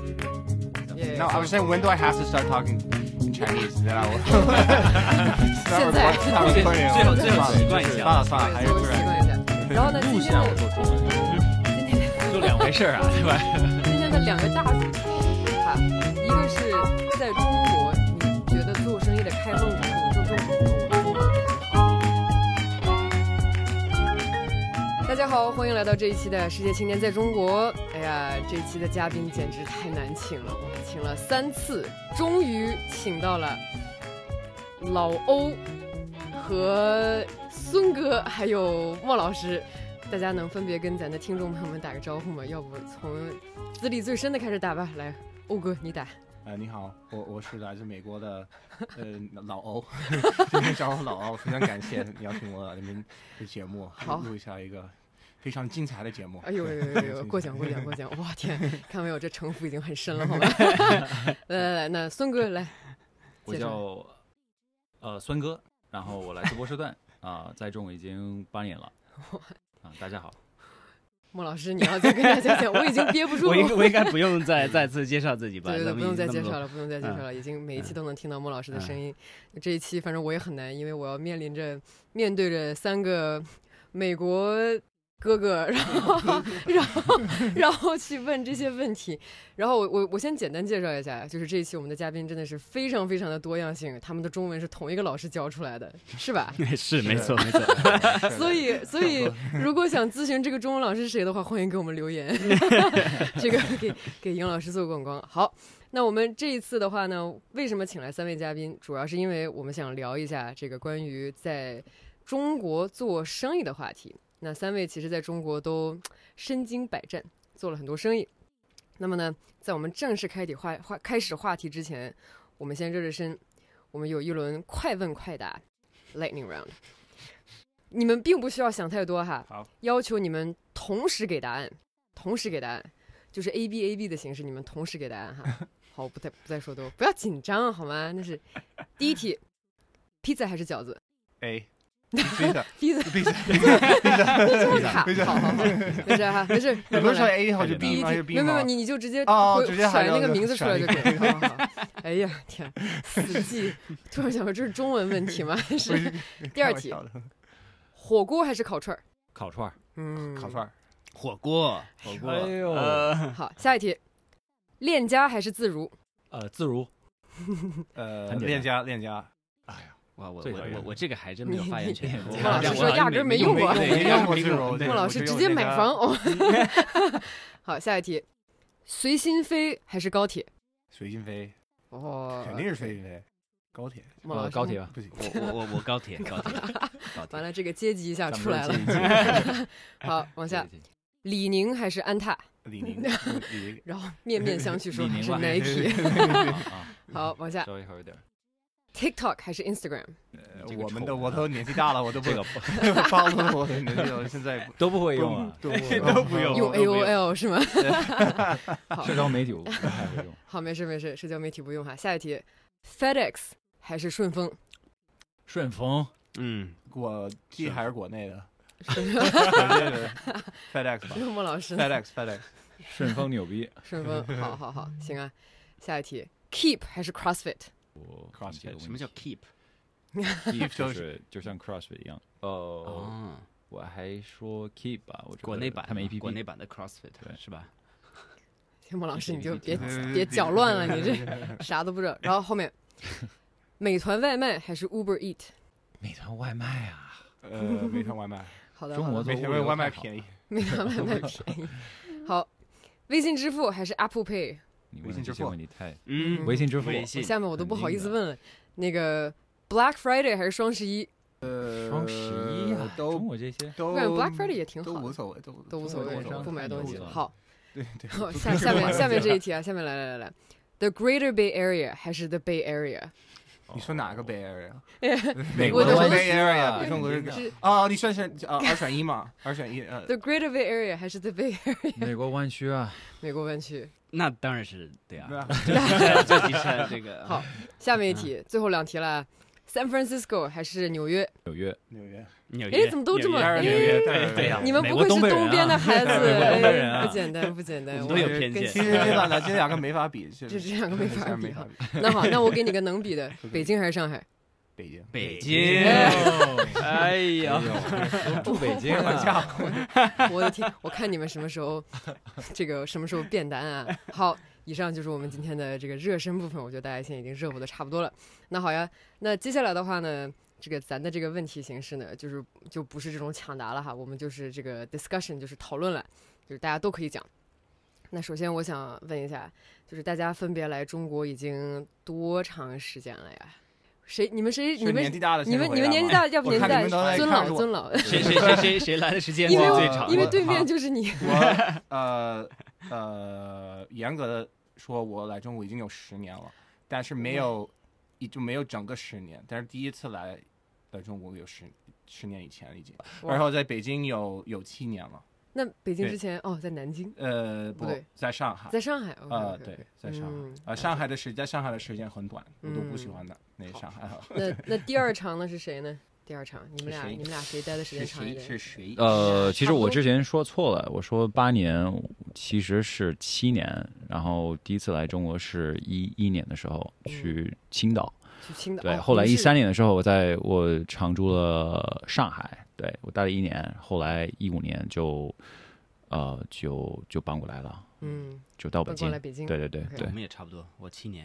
No, I was saying, when do I have to start talking in Chinese? Then I will. 现在最后习惯一下。 算了，还是习惯一下。然后呢，今天我做中文，就两回事啊，对吧？ 今天的两个大主题哈，一个是在中国，你觉得做生意的开放程度就中国大家好，欢迎来到这一期的世界青年在中国。哎呀，这一期的嘉宾简直太难请了，我们请了3次，终于请到了老欧和孙哥还有莫老师。大家能分别跟咱的听众朋友们打个招呼吗？要不从资历最深的开始打吧。来，欧哥你打。 你好，我是来自美国的老欧，今天找我老欧，非常感谢你邀请我你们的节目，录一下一个非常精彩的节目。 哎呦，过奖！哇天，看没有，这城府已经很深了，好吗？来，那孙哥来。 我叫孙哥，然后我来自波士顿在中已经8年了。大家好。 莫老师，你要再跟大家讲，我已经憋不住了。 我应该不用再次介绍自己吧？ 对，不用再介绍了，已经每一期都能听到莫老师的声音。这一期反正我也很难，因为我要面对着3个美国哥哥，然后去问这些问题。然后我先简单介绍一下，就是这一期我们的嘉宾真的是非常非常的多样性，他们的中文是同一个老师教出来的，是吧？ 是，没错。 所以如果想咨询这个中文老师是谁的话，欢迎给我们留言。这个给尹老师做广告。好，那我们这一次的话呢，为什么请来3位嘉宾？主要是因为我们想聊一下这个关于在中国做生意的话题。那3位其实在中国都身经百战，做了很多生意。那么呢，在我们正式开始话题之前，我们先热热身。我们有一轮快问快答 Lightning Round， 你们并不需要想太多哈，要求你们同时给答案，就是 A B 的形式，你们同时给答案哈。好，不再说多，不要紧张好吗？那是第一题，披萨还是饺子 ？A。 披萨，好，没事， 你不是说 A 或者 B 吗？ 没有，你就直接甩那个名字出来就可以。好。哎呀天，死记！突然想说这是中文问题吗？是。第二题，火锅还是烤串？ 烤串。 烤串。 火锅。 哎呦， 好，下一题，恋家还是自如？ 自如。 恋家。 哎呀。哇，我这个还真没有发言权。 莫老师说压根没用过，莫老师直接买房哦。好，下一题，随心飞还是高铁？ 随心飞。 哦， 肯定是随心飞。高铁。 高铁吧， 不行， 我高铁。 完了，这个阶级一下出来了。好，往下，李宁还是安踏？ 李宁。 然后面相觑说是 Nike。好，往下。 稍微好一点。 TikTok 还是 Instagram？ 我都年纪大了，我都不暴露我的年纪了，现在都不会用啊， 都不用。 用 AOL 是吗？ 社交媒体我不太会用。 好，没事，社交媒体不用哈。下一题 ，FedEx 还是顺丰？ 顺丰。 国际还是国内的？FedEx 吧。 莫老师。 FedEx。 顺丰牛逼。 顺丰，好，行啊。下一题 ，Keep 还是 CrossFit？ CrossFit 什么叫 keep？Keep 就是就像 CrossFit 一样。我还说 keep 吧，我国内版他们 APP 国内版的 CrossFit 是吧？ 莫老师你就别搅乱了，你这啥都不知道。然后后面，美团外卖还是 Uber Eat？ 美团外卖啊， 美团外卖。 好的， 中国美团外卖便宜。 美团外卖便宜。好，微信支付还是 Apple Pay？ 微信支付问题太微信支付。 下面我都不好意思问了。那个 Black Friday 还是双11？ 双11啊，中国这些都 Black Friday 也挺好， 都无所谓， 都无所谓，不买东西。好， 对。 下面这一题啊，下面来 ，The Greater Bay Area 还是 The Bay Area？ 你说哪个 Bay Area？ 美国的 Bay Area， 中国是你算是2选1嘛？2选1。 The Greater Bay Area 还是 The Bay Area？ 美国湾区啊， 美国湾区。 那当然是对啊。这个好，下面一题，最后2题了。San Francisco 还是纽约？ 纽约。 哎，怎么都这么对呀？ 你们不愧是东边的孩子， 哎， 不简单，不简单， 都有偏见。 其实这两个没法比， 这两个没法比。 比。 那好，那我给你个能比的，北京还是上海？ 北京。哎呀， 住北京啊！我的天，我看你们什么时候变单啊？好。以上就是我们今天的这个热身部分，我觉得大家现在已经热乎的差不多了。那好呀，那接下来的话呢，咱的这个问题形式呢，就不是这种抢答了哈，我们就是这个 discussion， 就是讨论了，就是大家都可以讲。那首先我想问一下，就是大家分别来中国已经多长时间了呀？你们年纪大的， 你们年纪大，要不年纪大，尊老， 谁来的时间最长？ 因为对面就是你。 严格的说，我来中国已经有10年了，但是没有整个10年。但是第一次来中国有10年以前已经，然后在北京有7年了。 那北京之前在南京？ 不对，在上海。 在上海对，在上海。在上海的时间很短，我都不喜欢的那上海。 那第二场呢是谁呢？第二场，你们俩谁待的时间长一点？ 是谁？ 其实我之前说错了，我说8年，其实是7年。然后第一次来中国是11年的时候去青岛。对，后来13年的时候，我常驻了上海，对我待了1年。后来15年就搬过来了，就到北京。对， 我们也差不多，我7年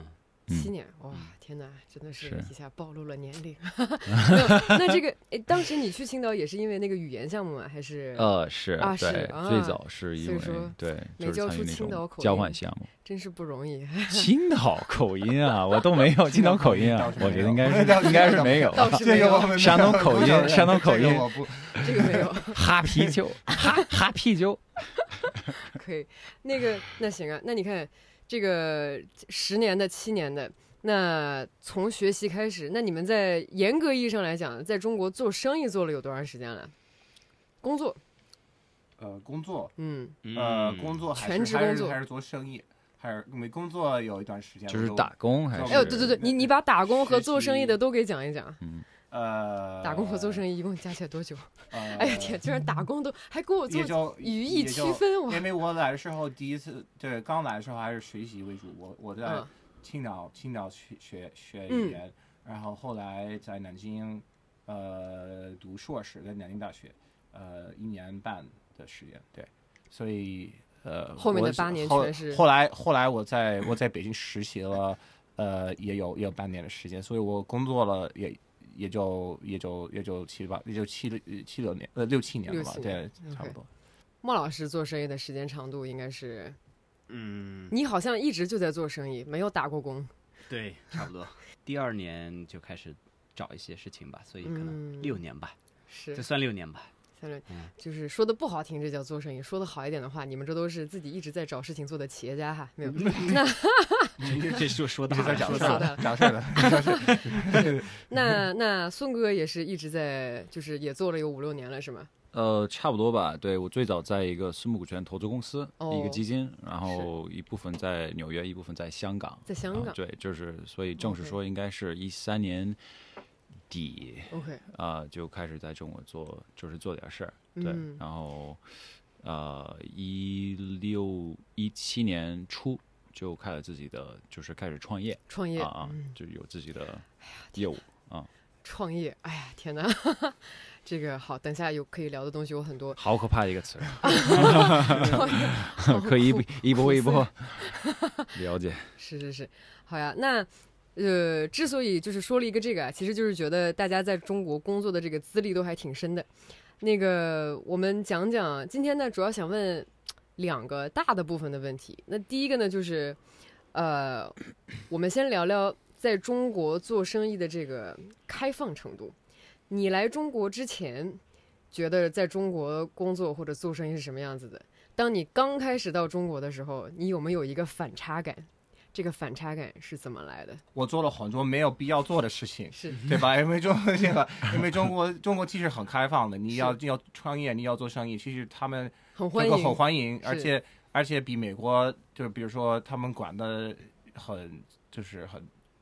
，7年，哇，天哪，真的是一下暴露了年龄。那这个，当时你去青岛也是因为那个语言项目吗？还是？ 是对，最早是因为对， 没教出青岛口音， 交换项目， 真是不容易。 青岛口音啊，我都没有青岛口音啊，我觉得应该是没有。 倒是没有。 山东口音， 这个没有。 哈啤酒，哈啤酒。 可以，那行啊，那你看。这个10年的、7年的，那从学习开始，那你们在严格意义上来讲，在中国做生意做了有多长时间了？工作， 工作，工作全职工作还是做生意，还是没工作有一段时间， 就是打工还是？ 对，你把打工和做生意的都给讲一讲。打工和做生意一共加起来多久？哎呀天，居然打工都还给我做语义区分。 因为我来的时候刚来的时候还是学习为主，我在青岛学语言，然后后来在南京读硕士，在南京大学1年半的时间，对，所以后面的8年全是。 后来我在北京实习了也有半年的时间，所以我工作了也就6-7年了吧，对，差不多。 莫老师做生意的时间长度应该是，你好像一直就在做生意，没有打过工。 对，差不多。第2年就开始找一些事情吧，所以可能6年吧，就算6年吧。 就是说的不好听，这叫做生意；说的好一点的话，你们这都是自己一直在找事情做的企业家哈。没有， 这就说大了， 讲事了。 那孙哥也是一直在，就是也做了有5-6年了，是吗？ 差不多吧。对，我最早在一个私募股权投资公司，一个基金，然后一部分在纽约，一部分在香港。 在香港， 对，就是所以正式说应该是13年底就开始在中国做点事儿，对，然后17年初就开了自己的，就是开始创业就有自己的业务创业，哎呀天哪！这个好，等下有可以聊的东西有很多。 好可怕的一个词可以一波了解。 是，好呀。那之所以就是说了一个这个，其实就是觉得大家在中国工作的这个资历都还挺深的。那个我们讲讲今天呢，主要想问2个大的部分的问题。那第一个呢，就是我们先聊聊在中国做生意的这个开放程度。你来中国之前，觉得在中国工作或者做生意是什么样子的？当你刚开始到中国的时候，你有没有一个反差感？这个反差感是怎么来的？ 我做了很多没有必要做的事情， 是对吧？因为中国其实很开放的，你要创业，你要做生意，其实他们很欢迎，而且比美国就是比如说他们管的很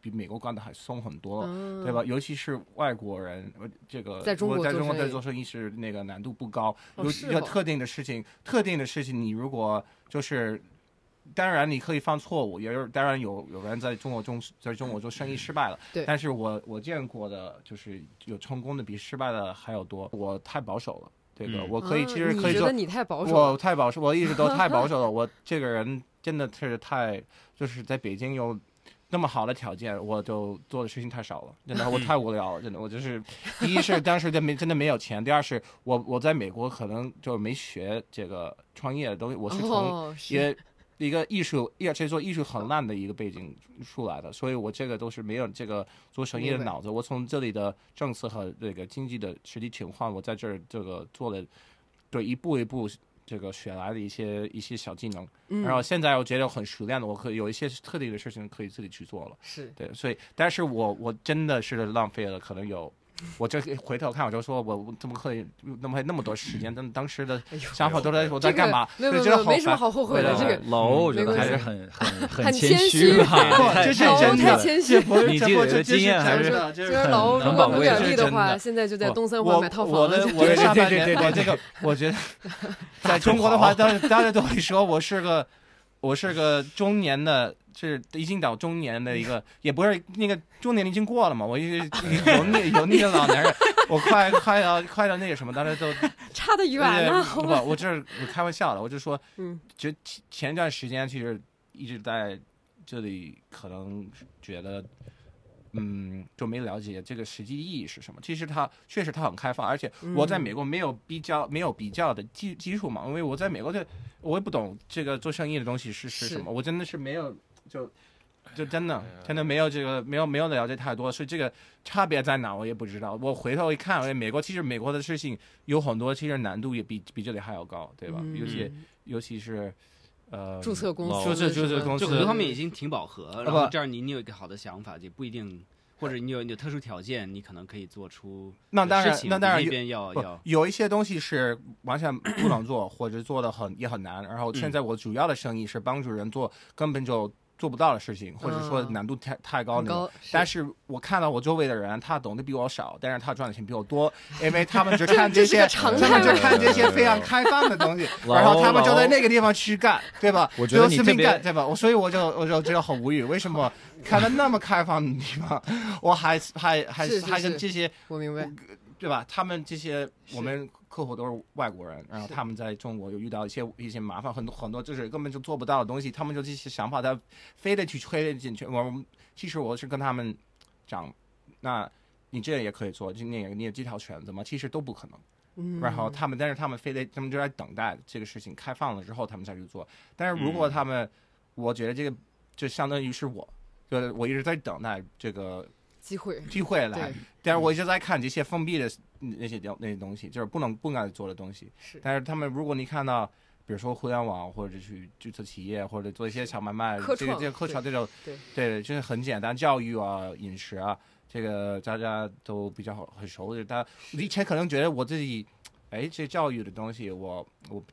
比美国管的还松很多，对吧？尤其是外国人，这个在中国在做生意是那个难度不高，有一个特定的事情，你如果就是。当然你可以犯错误，当然有人在中国做生意失败了， 对。 但是我见过的就是有成功的比失败的还要多。我太保守了，这个我可以其实可以说， 你觉得你太保守？ 我太保守，我一直都太保守了。我这个人真的是就是在北京有那么好的条件，我就做的事情太少了，真的我太无聊了，真的我就是第一是当时真的没有钱，第二是我在美国可能就没学这个创业的东西，我是从一个艺术，而且做艺术很烂的一个背景出来的，所以我这个都是没有这个做生意的脑子。我从这里的政策和这个经济的实际情况，我在这儿这个做了，对，一步一步这个学来的一些小技能。然后现在我觉得很熟练的，我可以有一些特定的事情可以自己去做了。 是对，所以但是我真的是浪费了可能有。我这回头看，我就说我怎么可以那么多时间？当时的想法都在我在干嘛？ 没有没什么好后悔的。这个老欧我觉得还是很谦虚吧， 这是真的， 太谦虚。 你积累的经验还是就是老欧如果努点力的话，现在就在东三环买套房了。 我的上半年，我觉得在中国的话，大家都会说我是个中年的。是已经到中年的一个，也不是那个中年已经过了嘛，我油腻的老男人，我快到那个什么，大家都差得远了。 不，我开玩笑的，我就说，就前一段时间其实一直在这里，可能觉得，就没了解这个实际意义是什么。其实确实它很开放，而且我在美国没有比较的基础嘛，因为我在美国我也不懂这个做生意的东西是什么，我真的是没有。就真的没有这个没有了解太多，所以这个差别在哪我也不知道。我回头一看，其实美国的事情有很多，其实难度也比这里还要高，对吧？尤其是注册公司， 就很多方面已经挺饱和。然后这儿你有一个好的想法，就不一定，或者你有特殊条件，你可能可以做出那当然那边有一些东西是完全不能做，或者做的也很难。然后现在我主要的生意是帮助人做根本就做不到的事情，或者说难度太高那种。但是我看到我周围的人，他懂得比我少，但是他赚的钱比我多，因为他们只看这些非常开放的东西，然后他们就在那个地方去干，对吧？ 我觉得你特别对吧？所以我就觉得很无语，为什么看到那么开放的地方，我还跟这些， 我明白， 对吧？他们这些我们客户都是外国人，然后他们在中国有遇到一些麻烦，很多就是根本就做不到的东西，他们就这些想法，他非得去吹进去。其实我是跟他们讲，那你这也可以做，你有这条选择吗？其实都不可能。然后他们就在等待这个事情开放了之后，他们再去做。但是如果我觉得这个就相当于是我一直在等待这个机会来，但是我一直在看这些封闭的那些东西，就是不敢做的东西。但是他们，如果你看到，比如说互联网或者去注册企业或者做一些小买卖，这个科创这种，对，就是很简单，教育啊、饮食啊，这个大家都比较很熟的。我以前可能觉得我自己，这教育的东西我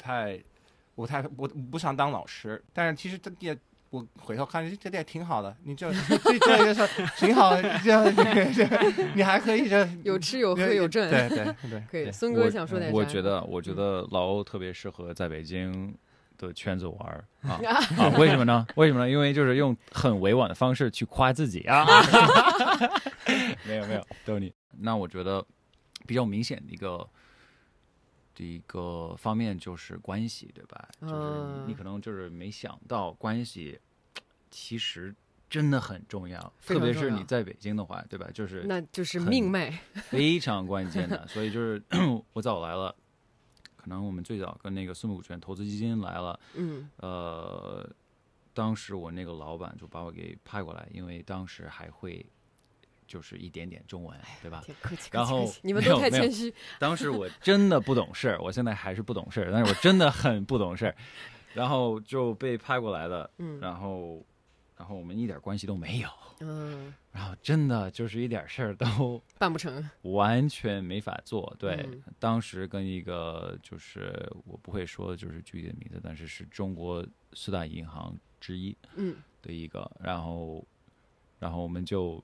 不想当老师，但是其实我回头看，这也挺好的。你这个是挺好的，你还可以有吃有喝有挣。 对， 可以。孙哥想说点啥？ 我觉得老欧特别适合在北京的圈子玩啊！为什么呢？因为就是用很委婉的方式去夸自己啊！没有，都你。那我觉得比较明显的一个方面就是关系，对吧？就是你可能就是没想到关系其实真的很重要，特别是你在北京的话，对吧？ 那就是命脉， 非常关键的。所以就是我早来了，可能我们最早跟那个私募股权投资基金来了，当时我那个老板就把我给派过来，因为当时还会。就是一点点中文，对吧？ 客气， 然后你们都太谦虚。 当时我真的不懂事，我现在还是不懂事，但是我真的很不懂事，然后就被派过来了。然后我们一点关系都没有。然后真的就是一点事儿都办不成， 完全没法做。对，当时跟一个就是我不会说就是具体的名字，但是是中国4大银行之一的一个，然后然后我们就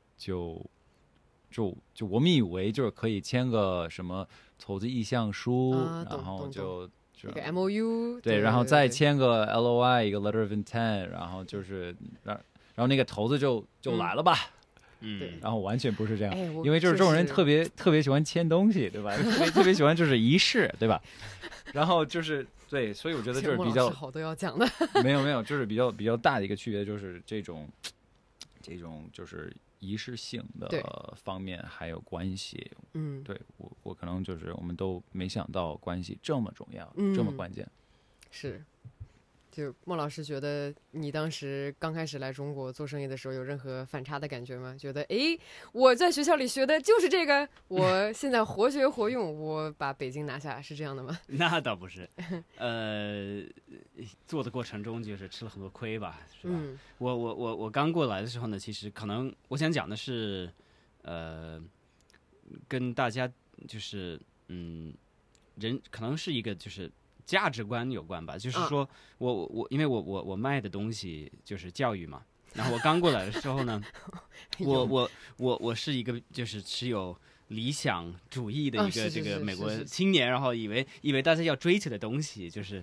我们以为就是可以签个什么投资意向书，然后就一个 MOU， 对，然后再签个 LOI 一个 Letter of Intent， 然后就是然后那个投资就来了吧。然后完全不是这样，因为就是这种人特别喜欢签东西，对吧？特别喜欢就是仪式，对吧？然后就是对，所以我觉得就是比较好多要讲的。 没有，就是比较大的一个区别，就是这种就是仪式性的方面还有关系。对我可能就是我们都没想到关系这么重要，这么关键。 是。就孟老师觉得你当时刚开始来中国做生意的时候有任何反差的感觉吗？觉得我在学校里学的就是这个，我现在活学活用，我把北京拿下，是这样的吗？ 那倒不是，做的过程中就是吃了很多亏吧，是吧？我刚过来的时候呢，其实可能我想讲的是，跟大家就是人可能是一个就是价值观有关吧，就是说因为我卖的东西就是教育嘛，然后我刚过来的时候呢，我是一个就是持有理想主义的一个这个美国青年，然后以为大家要追求的东西就是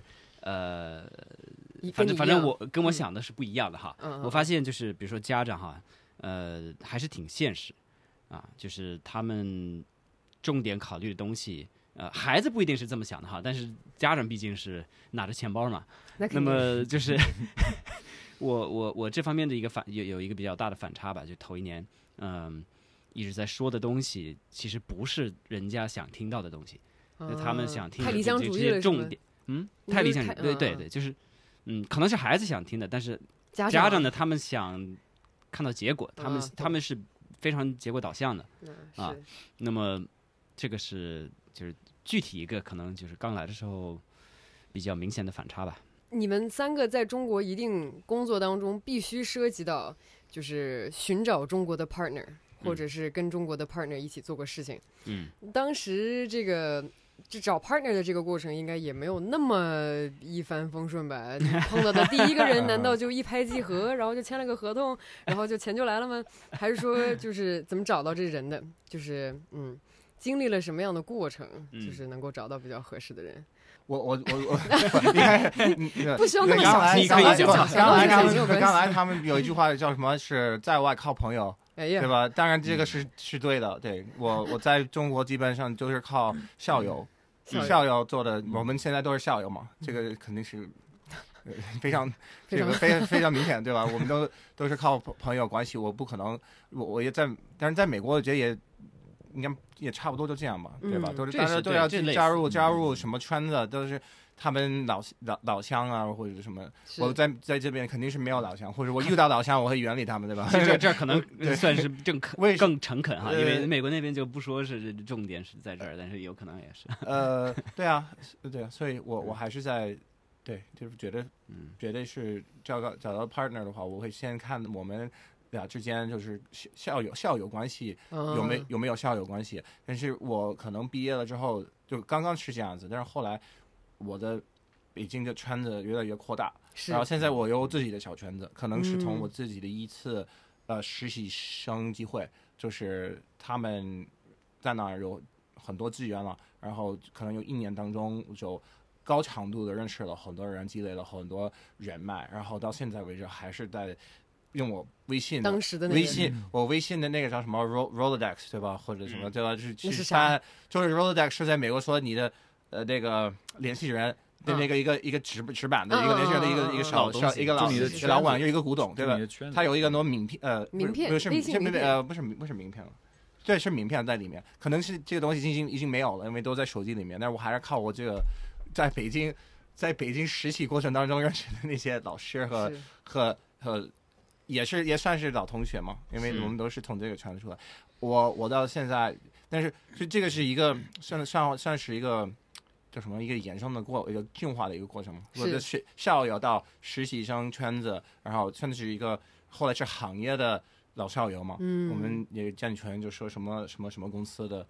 反正我跟我想的是不一样的哈。我发现就是比如说家长哈，还是挺现实啊，就是他们重点考虑的东西。孩子不一定是这么想的哈，但是家长毕竟是拿着钱包嘛。那么就是我这方面的一个有一个比较大的反差吧，就头一年，一直在说的东西，其实不是人家想听到的东西，他们想听的太理想主义了， 重点，太理想主义，对，就是可能是孩子想听的，但是家长呢，他们想看到结果，他们是非常结果导向的啊。那么这个是就是具体一个可能就是刚来的时候比较明显的反差吧。 你们三个在中国一定工作当中必须涉及到就是寻找中国的 partner，或者是跟中国的 partner 一起做过事情。当时这找 partner 的这个过程应该也没有那么一帆风顺吧？碰到的第一个人难道就一拍即合，然后就签了个合同，然后就钱就来了吗？还是说就是怎么找到这人的？就是经历了什么样的过程，就是能够找到比较合适的人？ 我你看， 不需要那么小心， 刚来他们有一句话叫什么？是在外靠朋友，对吧？当然这个是对的。对我在中国基本上就是靠校友做的，我们现在都是校友嘛，这个肯定是非常非常明显，对吧？我们都是靠朋友关系，我不可能，我也在，但是在美国我觉得也。应该也差不多就这样吧，对吧？都是大家都要加入什么圈子，都是他们老乡啊，或者什么。我在这边肯定是没有老乡，或者我遇到老乡我会远离他们，对吧？ 这可能算是更诚恳哈，因为美国那边就不说是重点是在这儿，但是有可能也是。 对啊，所以我还是在就是觉得绝对是找到 partner 的话，我会先看我们俩之间就是校友关系有没有校友关系。但是我可能毕业了之后就刚刚是这样子，但是后来我的北京的圈子越来越扩大，然后现在我有自己的小圈子，可能是从我自己的一次实习生机会，就是他们在那儿有很多资源了，然后可能有1年当中就高强度的认识了很多人，积累了很多人脉，然后到现在为止还是在用我微信当时的我微信的那个叫什么 Rolodex 对吧，或者什么对吧？是啥？就是 Rolodex 是在美国说你的那个联系人的那个一个纸板的一个联系人的一个一个老管，有一个古董对吧？它有一个名片名片不是名片了。对，是名片在里面，可能是这个东西已经没有了，因为都在手机里面。但是我还是靠我这个在北京实习过程当中认识的那些老师和也算是老同学嘛，因为我们都是从这个传出来。我到现在，但是这个是一个算是一个叫什么一个衍生的一个进化的一个过程。我的校友到实习生圈子，然后甚至是一个后来是行业的老校友嘛，我们也建群就说什么公司的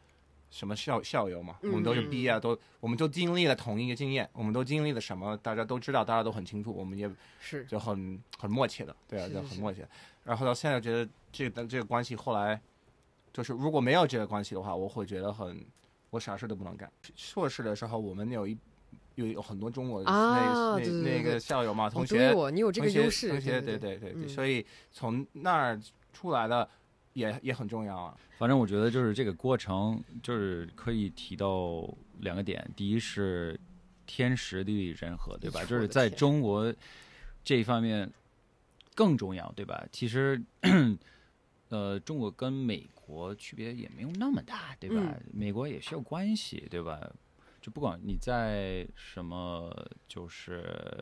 什么校友嘛，我们都是毕业我们都经历了同一个经验，我们都经历了什么，大家都知道，大家都很清楚，我们也是就很默契的，对啊，就很默契。然后到现在觉得这个关系后来就是如果没有这个关系的话，我会觉得我啥事都不能干。硕士的时候我们有很多中国的那个校友嘛，同学， 你有这个优势， 同学，对，所以从那儿出来的也很重要啊。 反正我觉得就是这个过程，就是可以提到2个点，第一是天时地利人和，对吧？就是在中国这一方面更重要，对吧？其实，中国跟美国区别也没有那么大，对吧？美国也需要关系，对吧？就不管你在什么，就是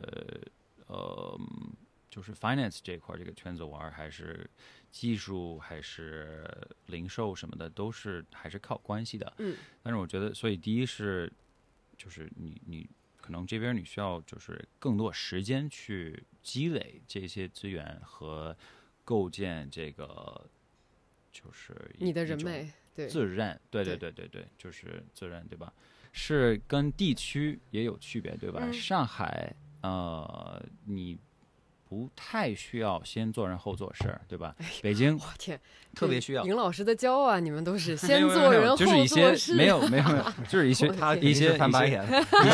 finance 这块这个圈子玩，还是技术，还是零售什么的，都是还是靠关系的。但是我觉得，所以第一是，就是你可能这边你需要就是更多时间去积累这些资源和构建这个，就是你的人脉，对， 自认，对，就是自认，对吧？是跟地区也有区别，对吧？上海，你不太需要先做人后做事，对吧？北京， 我天， 特别需要。 尹老师的骄傲啊，你们都是先做人后做事， 没有，就是一些翻白眼，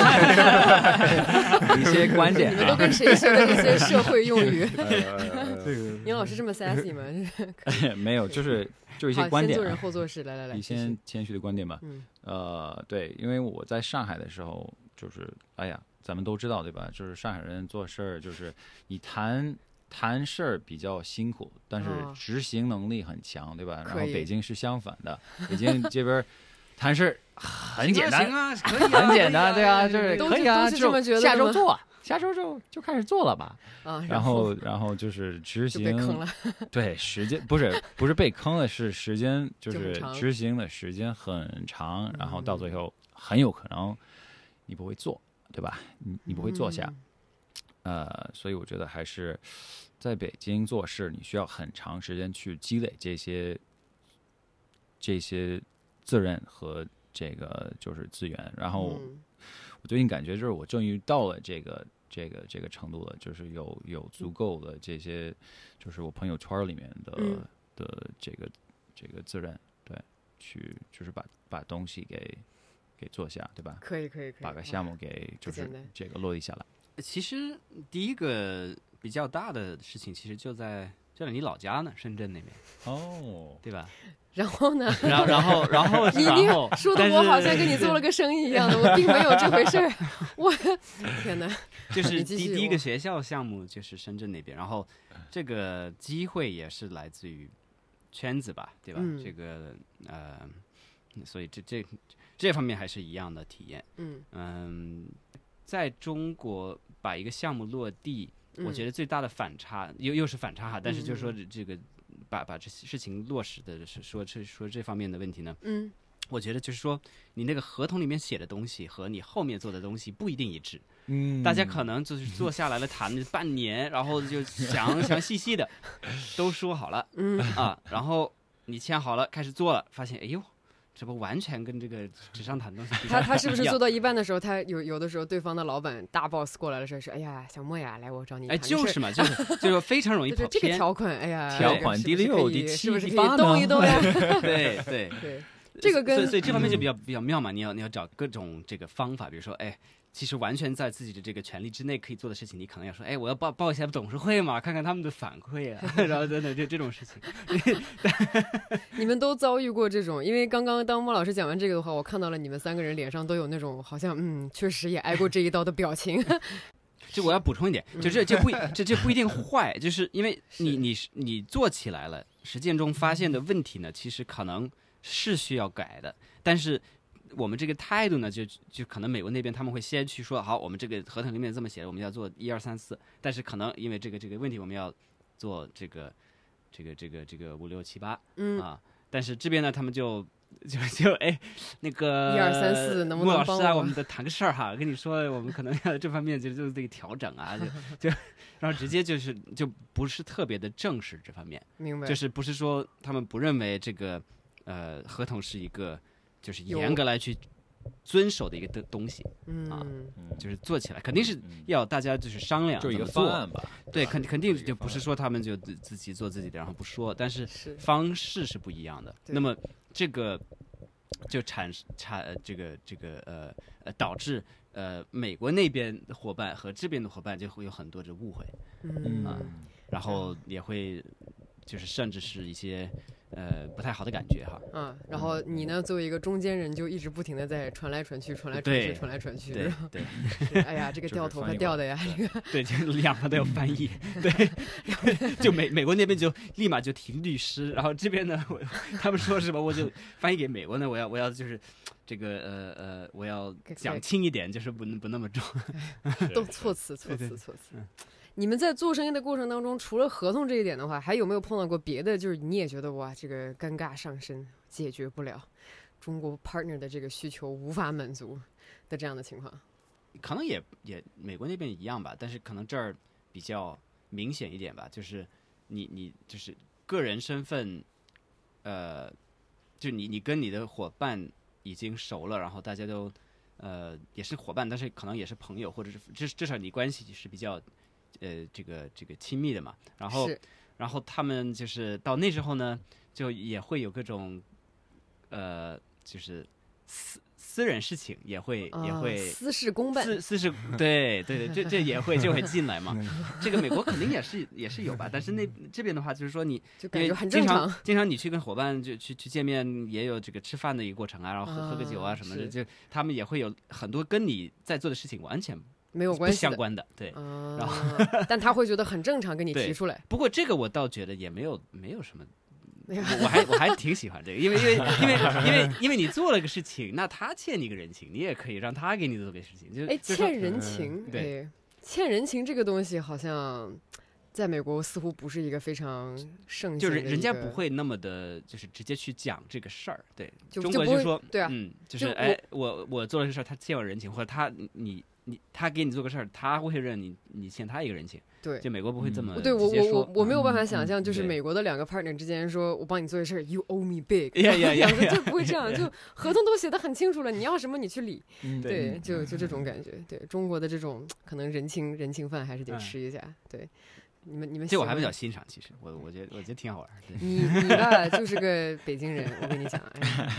一些观点。 你们都跟谁学的这些社会用语？尹老师这么 sassy 吗？ 没有，就是一些观点。 先做人后做事，来， 一些谦虚的观点吧。对，因为我在上海的时候，就是咱们都知道对吧？就是上海人做事儿，就是你谈事儿比较辛苦，但是执行能力很强，对吧？然后北京是相反的，北京这边谈事儿很简单，很简单，对啊，就是可以啊，就下周做。下周就开始做了吧，然后就是执行， 被坑了。 对，时间不是被坑了，是时间就是执行的时间很长，然后到最后很有可能你不会做，对吧？你不会做下，所以我觉得还是在北京做事，你需要很长时间去积累这些自认和这个就是资源，然后。我最近感觉就是我终于到了这个程度了，就是有足够的这些，就是我朋友圈里面的这个自认，对，去就是把东西给做下，对吧？ 可以， 把个项目给就是这个落地下来。 其实第一个比较大的事情，其实就在你老家呢，深圳那边，对吧？ 然后呢？ 然后你说的我好像跟你做了个生意一样的，我并没有这回事儿。我天哪！ 就是第一个学校项目就是深圳那边，然后这个机会也是来自于圈子吧，对吧？这个所以这方面还是一样的体验。在中国把一个项目落地，我觉得最大的反差又是反差哈，但是就是说这个。把这事情落实的说这方面的问题呢，我觉得就是说你那个合同里面写的东西和你后面做的东西不一定一致，大家可能就是坐下来了谈半年，然后就详细的都说好了，然后你签好了开始做了，发现哎呦。这不完全跟这个纸上谈东西。 他是不是做到一半的时候，他有的时候对方的老板大 boss 过来了，说哎呀，小莫呀，来我找你谈。 就是嘛，就是非常容易跑偏。 这个条款，哎呀， 条款第6、第7、第8 动一动呀。 对， 这个跟所以这方面就比较妙嘛，你要找各种这个方法，比如说其实完全在自己的这个权利之内可以做的事情，你可能要说，我要报一下董事会嘛，看看他们的反馈啊，然后等等这种事情。 你们都遭遇过这种？因为刚刚当莫老师讲完这个的话，我看到了你们3个人脸上都有那种好像确实也挨过这一刀的表情。 就我要补充一点，就这不一定坏，就是因为你做起来了，实践中发现的问题呢，其实可能是需要改的，但是。我们这个态度呢，就可能美国那边他们会先去说，好，我们这个合同里面这么写的，我们要做1、2、3、4，但是可能因为这个问题，我们要做这个5、6、7、8，啊，但是这边呢，他们就那个 1、2、3、4，能不能帮陆老师啊，我们得谈个事儿哈，跟你说，我们可能要这方面就是这个调整啊，就然后直接就不是特别的正式这方面， 明白， 就是不是说他们不认为这个合同是一个。 就是严格来去遵守的一个东西就是做起来肯定是要大家就是商量， 就一个方案吧。 对，肯定就不是说他们就自己做自己的，然后不说，但是方式是不一样的。那么这个就导致美国那边的伙伴和这边的伙伴就会有很多的误会，然后也会就是甚至是一些不太好的感觉哈。 然后你呢，作为一个中间人，就一直不停的在传来传去，传来传去。 对， 哎呀，这个掉头发掉的呀，这个对，就两个都要翻译。对，就美国那边就立马就提律师，然后这边呢，他们说什么我就翻译给美国呢，我要就是这个我要讲轻一点，就是不那么重。 都措辞。你们在做生意的过程当中，除了合同这一点的话，还有没有碰到过别的？就是你也觉得哇，这个尴尬上身，解决不了，中国 partner 的这个需求无法满足的这样的情况？ 可能也美国那边一样吧，但是可能这儿比较明显一点吧，就是你就是个人身份，就你跟你的伙伴已经熟了，然后大家都也是伙伴，但是可能也是朋友，或者是至少你关系是比较这个亲密的嘛。然后他们就是到那时候呢，就也会有各种就是私人事情也会私事公办， 私事对，这也会就会进来嘛。这个美国肯定也是有吧，但是这边的话就是说你就感觉很正常， 经常你去跟伙伴就去见面，也有这个吃饭的一个过程啊，然后喝个酒啊什么的，就他们也会有很多跟你在做的事情完全没有关系不相关的，对。然后但他会觉得很正常，跟你提出来。 不过这个我倒觉得也没有什么。我还挺喜欢这个，因为你做了个事情，那他欠你个人情，你也可以让他给你做个事情。 欠人情，对，欠人情这个东西好像在美国似乎不是一个非常盛行的， 就是人家不会那么的，就是直接去讲这个事儿。对， 中国就说， 对啊， 就是我做了这事儿，他欠我人情，或者他给你做个事儿，他会认你欠他一个人情。 对， 就美国不会这么对直接说。 我没有办法想象，就是美国的两个 partner 之间说，我帮你做一事儿 ，you owe me big， 就不会这样，就合同都写得很清楚了，你要什么你去理。对，就这种感觉。对，中国的这种可能人情饭还是得吃一下。对，你们这我还比较欣赏，其实我觉得挺好玩。 你吧就是个北京人，我跟你讲，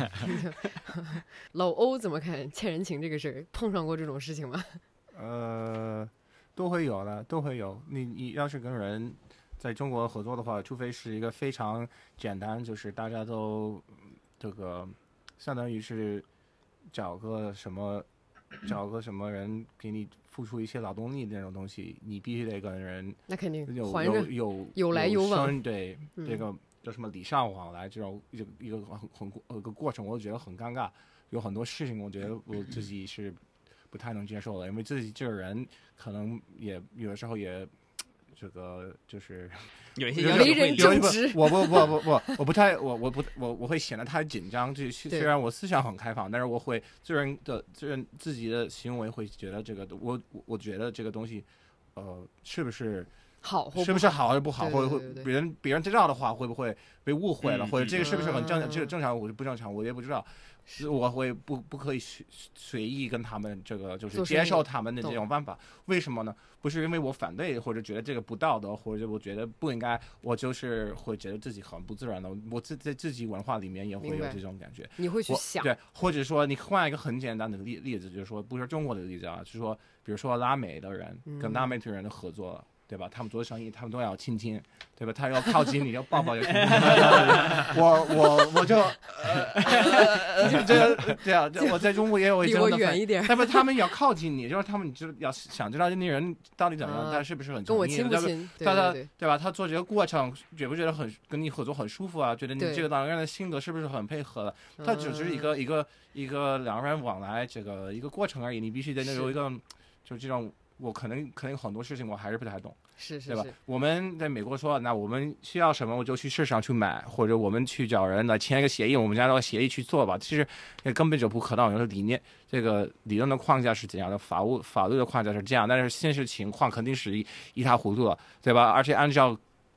老欧怎么看欠人情这个事儿？碰上过这种事情吗？ 都会有的，都会有。你要是跟人在中国合作的话，除非是一个非常简单，就是大家都这个相当于是找个什么人给你付出一些劳动力的那种东西，你必须得跟人那肯定有来有往， 对，这个叫什么礼尚往来，这种一个个过程，我觉得很尴尬。有很多事情，我觉得我自己是不太能接受的，因为自己这个人可能也有的时候也这个就是有一些为人正直， 我会显得太紧张。就虽然我思想很开放，但是我会自己的行为会觉得这个我觉得这个东西是不是好， 是不是好还是不好，或者会别人知道的话会不会被误会了，或者这个是不是很正常，这个正常我就不正常，我也不知道。我会不可以随意跟他们这个就是接受他们的这种办法？为什么呢？不是因为我反对或者觉得这个不道德，或者我觉得不应该，我就是会觉得自己很不自然的。我在自己文化里面也会有这种感觉。 你会去想， 对，或者说你换一个很简单的例子，就是说不是中国的例子啊，就是说比如说拉美的人跟拉美的人的合作。对吧？他们做生意，他们都要亲亲，对吧？他要靠近你，要抱抱，要亲亲。我就这样，我在中国也有这样的， 离我远一点。 他们要靠近你，就是他们就要想知道那人到底怎么样，他是不是很跟我亲不亲？ 对吧？他做这个过程，觉不觉得跟你合作很舒服啊？觉得你这个两个人的性格是不是很配合的？他只是一个两个人往来这个一个过程而已，你必须得有一个就这种。我可能很多事情我还是不太懂，对吧？我们在美国说，那我们需要什么我就去市场去买，或者我们去找人来签一个协议，我们按照协议去做吧。其实根本就不可能。有的这个理论的框架是怎样的，法律的框架是这样，但是现实情况肯定是一塌糊涂了，对吧？而且按照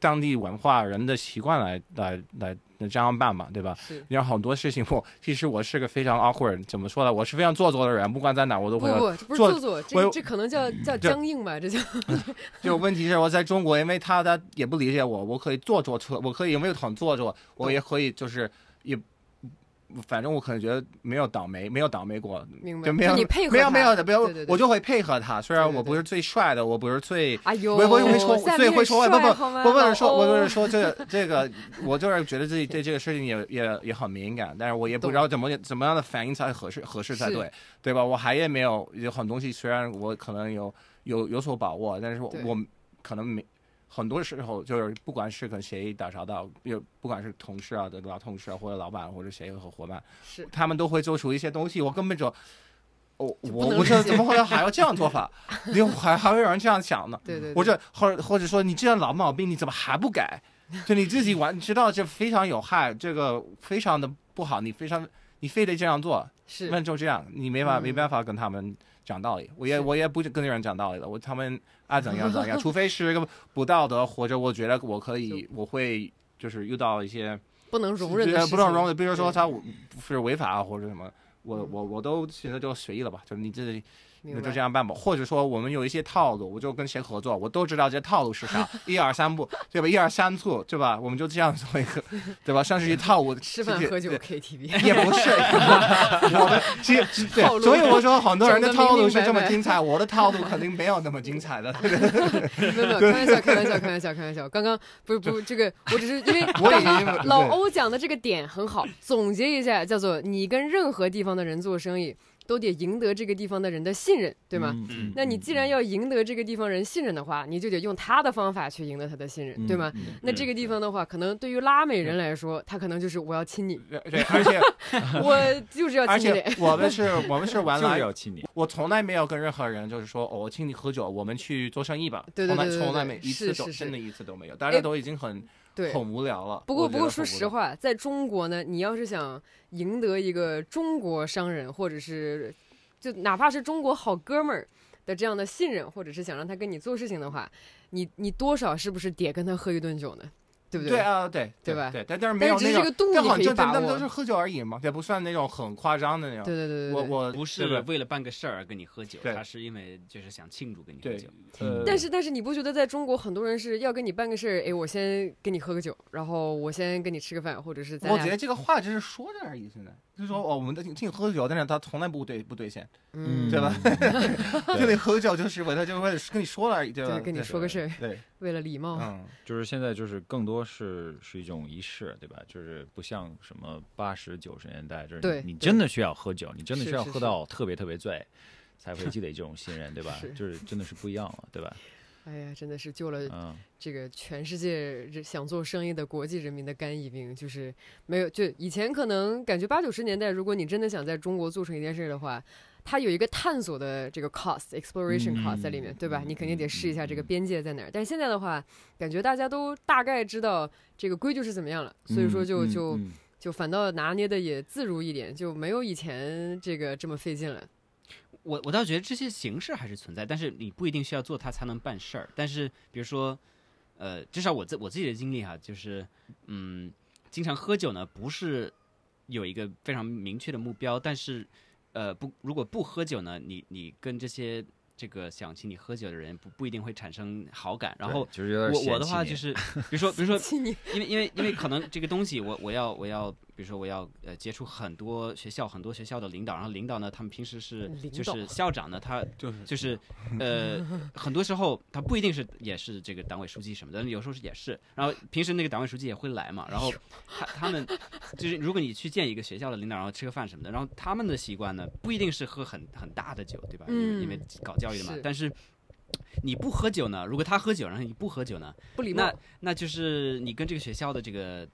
当地文化人的习惯来这样办嘛，对吧？然后很多事情其实我是个非常 awkward， 怎么说呢？我是非常做作的人，不管在哪我都会这不是做作，这可能叫僵硬吧？这叫就问题是我在中国，因为他也不理解我可以做作，我可以有没有很做作，我也可以就是也。反正我可能觉得没有倒霉过，就没有你配合没有的， 对我就会配合他。虽然我不是最帅的，我不是最我会说最会说话，不是说这个，我就是觉得自己对这个事情也很敏感，但是我也不知道怎么样的反应才合适才对吧？我还也没有很多东西，虽然我可能有所把握，但是我可能没。很多时候就是不管是跟谁打交道，不管是同事啊、老同事啊，或者老板或者谁和伙伴，他们都会做出一些东西，我根本就我不知道怎么会还要这样做法，还会有人这样想呢？ 对， 或者说你这样老毛病你怎么还不改？就你自己知道这非常有害，这个非常的不好，你非得这样做，那就这样，你没办法跟他们讲道理，我也不跟人讲道理了，他们爱怎样，除非是一个不道德，或者我觉得我会就是遇到一些不能容忍的事情， 比如说他是违法或者什么，我都现在就随意了吧，就是你自己。就这样办吧，或者说我们有一些套路，我就跟谁合作，我都知道这套路是啥，1、2、3步，对吧？1、2、3处，对吧？我们就这样做一个，对吧？像是一套路， 吃饭喝酒 KTV 也不是，我们其实对，所以我说很多人的套路是这么精彩，我的套路肯定没有那么精彩的。 没有，开玩笑，刚刚不是这个，我只是因为老欧讲的这个点很好，总结一下叫做你跟任何地方的人做生意。都得赢得这个地方的人的信任，对吗？那你既然要赢得这个地方人信任的话，你就得用他的方法去赢得他的信任，对吗？那这个地方的话，可能对于拉美人来说，他可能就是我要亲你， 对，而且我就是要亲你， 而且我们是玩来要亲你， 我从来没有跟任何人就是说我请你喝酒，我们去做生意吧， 对， 从来没一次都真的一次都没有，大家都已经很无聊了。 不过说实话，在中国呢，你要是想赢得一个中国商人，或者是就哪怕是中国好哥们儿的这样的信任，或者是想让他跟你做事情的话，你多少是不是得跟他喝一顿酒呢？对不对？ 对啊，对吧？ 对，但是没有那个度你可以把握， 那都是喝酒而已嘛，也不算那种很夸张的那种。 对， 我不是为了办个事儿而跟你喝酒，他是因为就是想庆祝跟你喝酒。 但是你不觉得在中国很多人是要跟你办个事儿，哎，我先跟你喝个酒，然后我先跟你吃个饭，或者是咱俩。 我觉得这个话只是说着而已，现在就是说我们请你喝酒，但是他从来不兑现，对吧？就你喝酒就是为了跟你说了而已，对吧？ 跟你说个事儿， 对， 为了礼貌。 就是现在就是更多是一种仪式，对吧？就是不像什么80、90年代，就是你真的需要喝酒，你真的需要喝到特别醉，才会积累这种信任，对吧？就是真的是不一样了，对吧？ 哎呀，真的是救了这个全世界想做生意的国际人民的肝疫病，就是没有，就以前可能感觉80、90年代，如果你真的想在中国做成一件事的话，它有一个探索的这个 exploration cost 在里面，对吧？你肯定得试一下这个边界在哪儿。但现在的话，感觉大家都大概知道这个规矩是怎么样了，所以说就反倒拿捏的也自如一点，就没有以前这个这么费劲了。 我倒觉得这些形式还是存在，但是你不一定需要做它才能办事儿。但是比如说，至少我自己的经历哈，就是经常喝酒呢，不是有一个非常明确的目标，但是如果不喝酒呢，你跟这些这个想请你喝酒的人不一定会产生好感。然后我的话就是，比如说，因为可能这个东西我要，比如说我要接触很多学校的领导，然后领导呢，他们平时就是校长呢，他就是很多时候他不一定也是这个党委书记什么的，有时候也是。然后平时那个党委书记也会来嘛，然后他们就是如果你去见一个学校的领导，然后吃个饭什么的，然后他们的习惯呢不一定是喝很大的酒，对吧？因为搞教育的嘛，但是。你不喝酒呢？如果他喝酒，然后你不喝酒呢？ 不礼貌。 那就是你跟这个学校的这个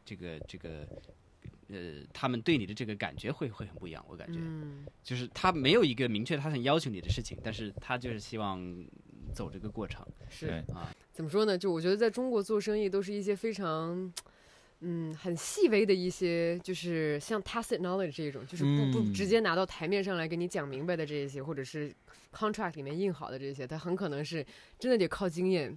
他们对你的这个感觉会很不一样。我感觉，就是他没有一个明确他想要求你的事情，但是他就是希望走这个过程。 是啊，怎么说呢？就我觉得在中国做生意都是一些非常。很细微的一些，就是像 tacit knowledge 这种，就是不直接拿到台面上来给你讲明白的这些，或者是 contract 里面印好的这些，它很可能是真的得靠经验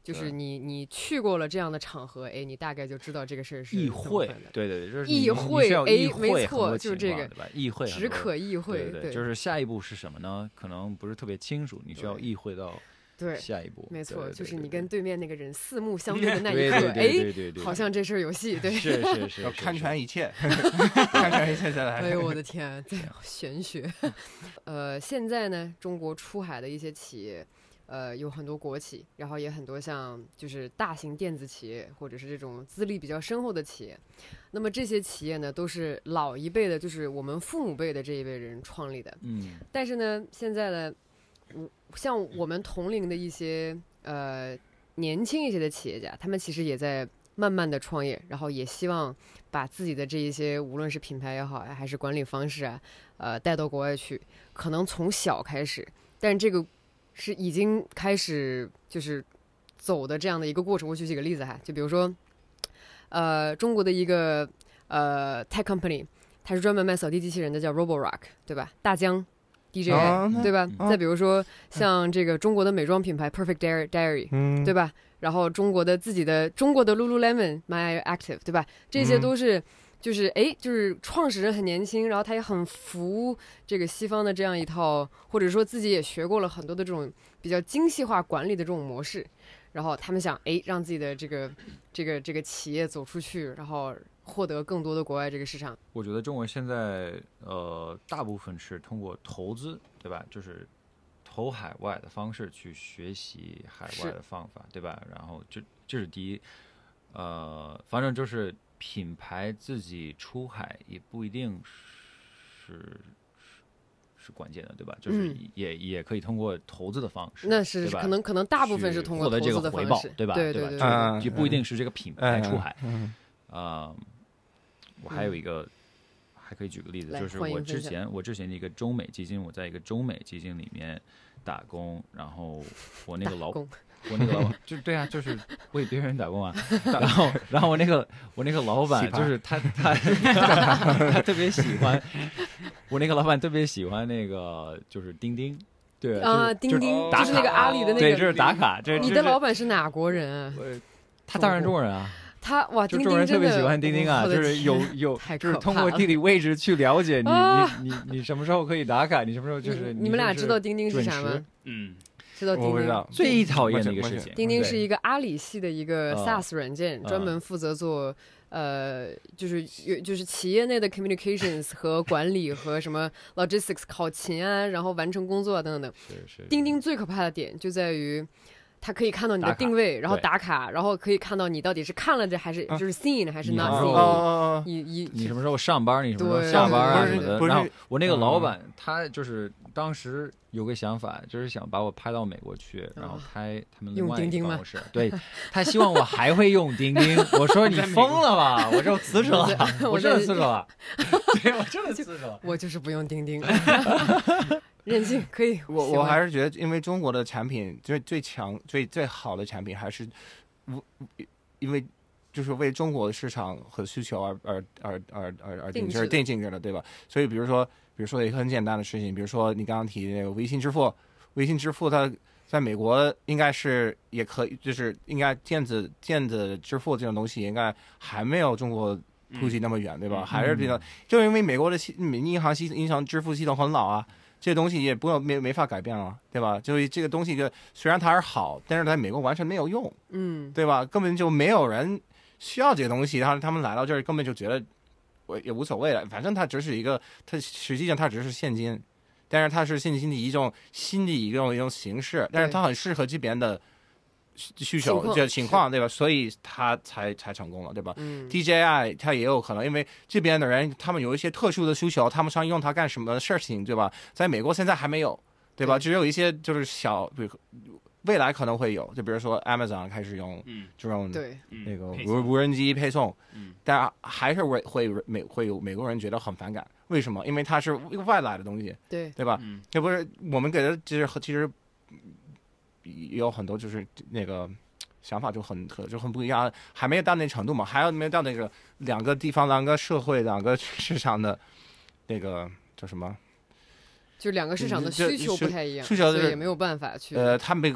就是你去过了这样的场合，哎，你大概就知道这个事儿是意会，对，就是意会， 哎， 没错，就是这个， 对吧？意会只可意会， 对，就是下一步是什么呢？可能不是特别清楚，你需要意会到下一步。 没错，就是你跟对面那个人四目相对的那一刻，哎，好像这事儿有戏，对， 是， 要看穿一切，看穿一切再来。 哎呦我的天，这玄学。现在呢，中国出海的一些企业。有很多国企，然后也很多像就是大型电子企业，或者是这种资历比较深厚的企业。那么这些企业呢，都是老一辈的，就是我们父母辈的这一辈人创立的。但是呢，现在呢，像我们同龄的一些年轻一些的企业家，他们其实也在慢慢的创业，然后也希望把自己的这一些无论是品牌也好呀，还是管理方式啊，带到国外去，可能从小开始，但这个是已经开始就是走的这样的一个过程。我举几个例子哈，就比如说，中国的一个tech company， 它是专门卖扫地机器人的，叫 Roborock， 对吧？大疆 DJI，对吧？再比如说像这个中国的美妆品牌 Perfect Diary，对吧？然后中国的 Lululemon、My Active， 对吧？这些都是。就是创始人很年轻，然后他也很服这个西方的这样一套，或者说自己也学过了很多的这种比较精细化管理的这种模式，然后他们想让自己的这个企业走出去，然后获得更多的国外这个市场。 我觉得中国现在大部分是通过投资，对吧？就是投海外的方式去学习海外的方法，对吧？然后这是第一，反正就是品牌自己出海也不一定是关键的，对吧？就是也可以通过投资的方式， 那是可能大部分是通过投资的方式， 获得这个回报，对吧？ 对， 也不一定是这个品牌出海。我还有一个还可以举个例子，就是我之前的一个中美基金，我在一个中美基金里面打工，然后我那个老板就对啊，就是为别人打工啊。然后我那个老板就是他特别喜欢，我那个老板特别喜欢那个就是钉钉，对啊，钉钉就是那个阿里的那个， 对，就是打卡。 你的老板是哪国人啊？ 他当然中国人啊。 他哇， 就中国人特别喜欢钉钉啊，就是有，就是通过地理位置去了解你什么时候可以打卡，你什么时候就是你们俩知道钉钉是啥吗？知道钉钉， 最讨厌的一个事情。 钉钉是一个阿里系的一个 SaaS 软件，专门负责做就是企业内的 communications 和管理和什么 logistics 考勤啊，然后完成工作啊等等。钉钉最可怕的点就在于。它可以看到你的定位，然后打卡，然后可以看到你到底是看了这还是就是 seen 还是 not seen。 你什么时候上班，你什么时候下班啊什么的。然后我那个老板他就是当时有个想法，就是想把我派到美国去，然后开他们另外一个办公室。对，他希望我还会用钉钉。我说你疯了吧，我就辞职了，我真的辞职了。对，我真的辞职了。 我就是不用钉钉。任性可以， 我还是觉得，因为中国的产品最强、最好的产品还是，因为就是为中国的市场和需求而定制的，对吧？所以比如说一个很简单的事情，比如说你刚刚提那个微信支付，它在美国应该是也可以，就是应该电子支付这种东西应该还没有中国普及那么远，对吧？还是比较，就因为美国的银行支付系统很老啊。这东西也没法改变了，对吧？就是这个东西，虽然它是好，但是在美国完全没有用，对吧？根本就没有人需要这个东西，然后他们来到这儿根本就觉得我也无所谓了，反正它只是一个，它实际上它只是现金，但是它是现金的一种新的一种形式，但是它很适合这边的需求这情况，对吧？所以他才成功了，对吧？DJI 他也有可能，因为这边的人他们有一些特殊的需求，他们想用它干什么事情，对吧？在美国现在还没有，对吧？只有一些就是未来可能会有，就比如说 Amazon 开始用这种那个无人机配送，但还是会有美国人觉得很反感，为什么？因为它是外来的东西，对吧？这不是我们给的，其实。也有很多就是那个想法就很不一样，还没有到那程度嘛，还有没有到那个两个地方、两个社会、两个市场的那个叫什么？ 就两个市场的需求不太一样， 需求所以也没有办法去。